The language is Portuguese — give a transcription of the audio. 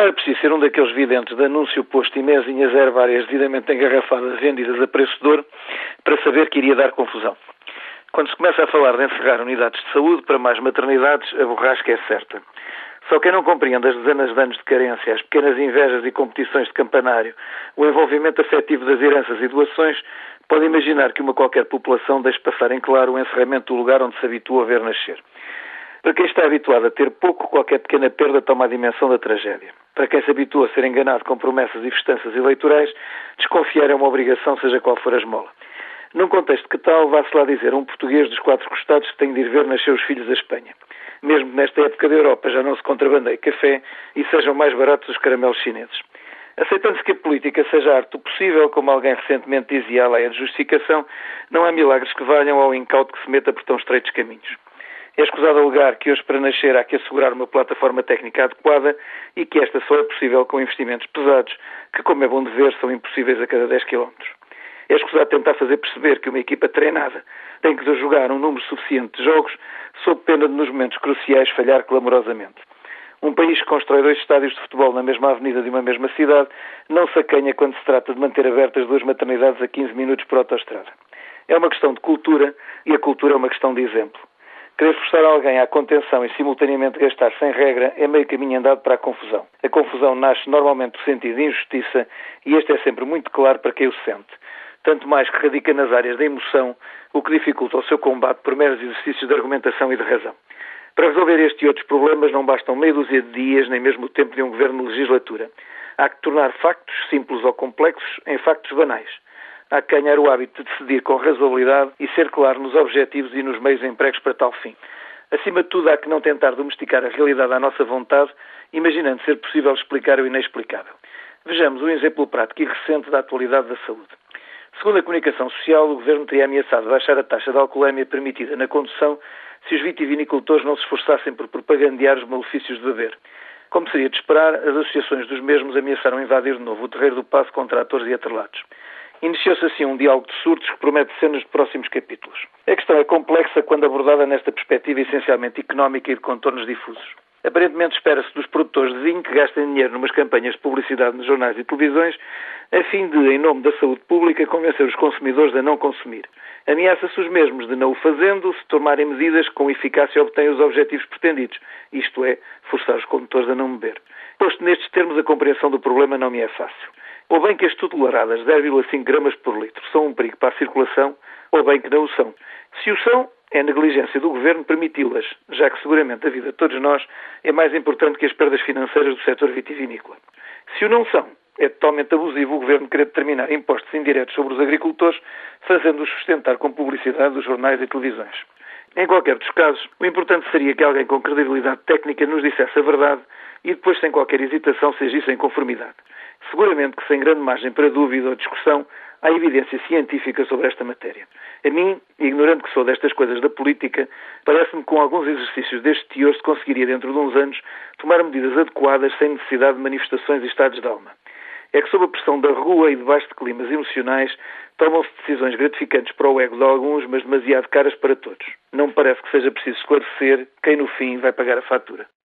era preciso ser um daqueles videntes de anúncio posto e mesinhas herbárias devidamente engarrafadas vendidas a preço de ouro para saber que iria dar confusão. Quando se começa a falar de encerrar unidades de saúde para mais maternidades, a borrasca é certa. Só quem não compreende as dezenas de anos de carência, as pequenas invejas e competições de campanário, o envolvimento afetivo das heranças e doações, pode imaginar que uma qualquer população deixe passar em claro o encerramento do lugar onde se habitua a ver nascer. Para quem está habituado a ter pouco, qualquer pequena perda toma a dimensão da tragédia. Para quem se habitua a ser enganado com promessas e festanças eleitorais, desconfiar é uma obrigação, seja qual for a esmola. Num contexto que tal, vá-se lá dizer a um português dos quatro costados que tem de ir ver nascer os filhos da Espanha. Mesmo que nesta época da Europa já não se contrabandeie café e sejam mais baratos os caramelos chineses. Aceitando-se que a política seja a arte do possível, como alguém recentemente dizia à leia de justificação, não há milagres que valham ao incauto que se meta por tão estreitos caminhos. É escusado alegar que hoje para nascer há que assegurar uma plataforma técnica adequada e que esta só é possível com investimentos pesados, que, como é bom de ver, são impossíveis a cada 10 km. É escusado tentar fazer perceber que uma equipa treinada tem que jogar um número suficiente de jogos sob pena de, nos momentos cruciais, falhar clamorosamente. Um país que constrói 2 estádios de futebol na mesma avenida de uma mesma cidade não se acanha quando se trata de manter abertas 2 maternidades a 15 minutos por autoestrada. É uma questão de cultura e a cultura é uma questão de exemplo. Querer forçar alguém à contenção e simultaneamente gastar sem regra é meio caminho andado para a confusão. A confusão nasce normalmente do sentido de injustiça e este é sempre muito claro para quem o sente. Tanto mais que radica nas áreas da emoção, o que dificulta o seu combate por meros exercícios de argumentação e de razão. Para resolver este e outros problemas não bastam meia dúzia de dias, nem mesmo o tempo de um governo de legislatura. Há que tornar factos, simples ou complexos, em factos banais. Há que ganhar o hábito de decidir com razoabilidade e ser claro nos objetivos e nos meios empregos para tal fim. Acima de tudo, há que não tentar domesticar a realidade à nossa vontade, imaginando ser possível explicar o inexplicável. Vejamos um exemplo prático e recente da atualidade da saúde. Segundo a comunicação social, o Governo teria ameaçado baixar a taxa de alcoolemia permitida na condução se os vitivinicultores não se esforçassem por propagandear os malefícios de beber. Como seria de esperar, as associações dos mesmos ameaçaram invadir de novo o terreiro do paço contra atores e atrelados. Iniciou-se assim um diálogo de surtos que promete cenas de próximos capítulos. A questão é complexa quando abordada nesta perspectiva essencialmente económica e de contornos difusos. Aparentemente espera-se dos produtores de vinho que gastem dinheiro numas campanhas de publicidade nos jornais e televisões a fim de, em nome da saúde pública, convencer os consumidores a não consumir. Ameaça-se os mesmos de, não o fazendo, se tomarem medidas que com eficácia obtêm os objetivos pretendidos, isto é, forçar os condutores a não beber. Posto nestes termos, a compreensão do problema não me é fácil. Ou bem que as tutelaradas de 0,5 gramas por litro são um perigo para a circulação, ou bem que não o são. Se o são, é negligência do Governo permiti-las, já que seguramente a vida de todos nós é mais importante que as perdas financeiras do setor vitivinícola. Se o não são, é totalmente abusivo o Governo querer determinar impostos indiretos sobre os agricultores, fazendo-os sustentar com publicidade dos jornais e televisões. Em qualquer dos casos, o importante seria que alguém com credibilidade técnica nos dissesse a verdade e depois, sem qualquer hesitação, se agisse em conformidade. Seguramente que sem grande margem para dúvida ou discussão, há evidência científica sobre esta matéria. A mim, ignorante que sou destas coisas da política, parece-me que com alguns exercícios deste teor se conseguiria, dentro de uns anos, tomar medidas adequadas sem necessidade de manifestações e estados de alma. É que sob a pressão da rua e debaixo de climas emocionais, tomam-se decisões gratificantes para o ego de alguns, mas demasiado caras para todos. Não me parece que seja preciso esclarecer quem no fim vai pagar a fatura.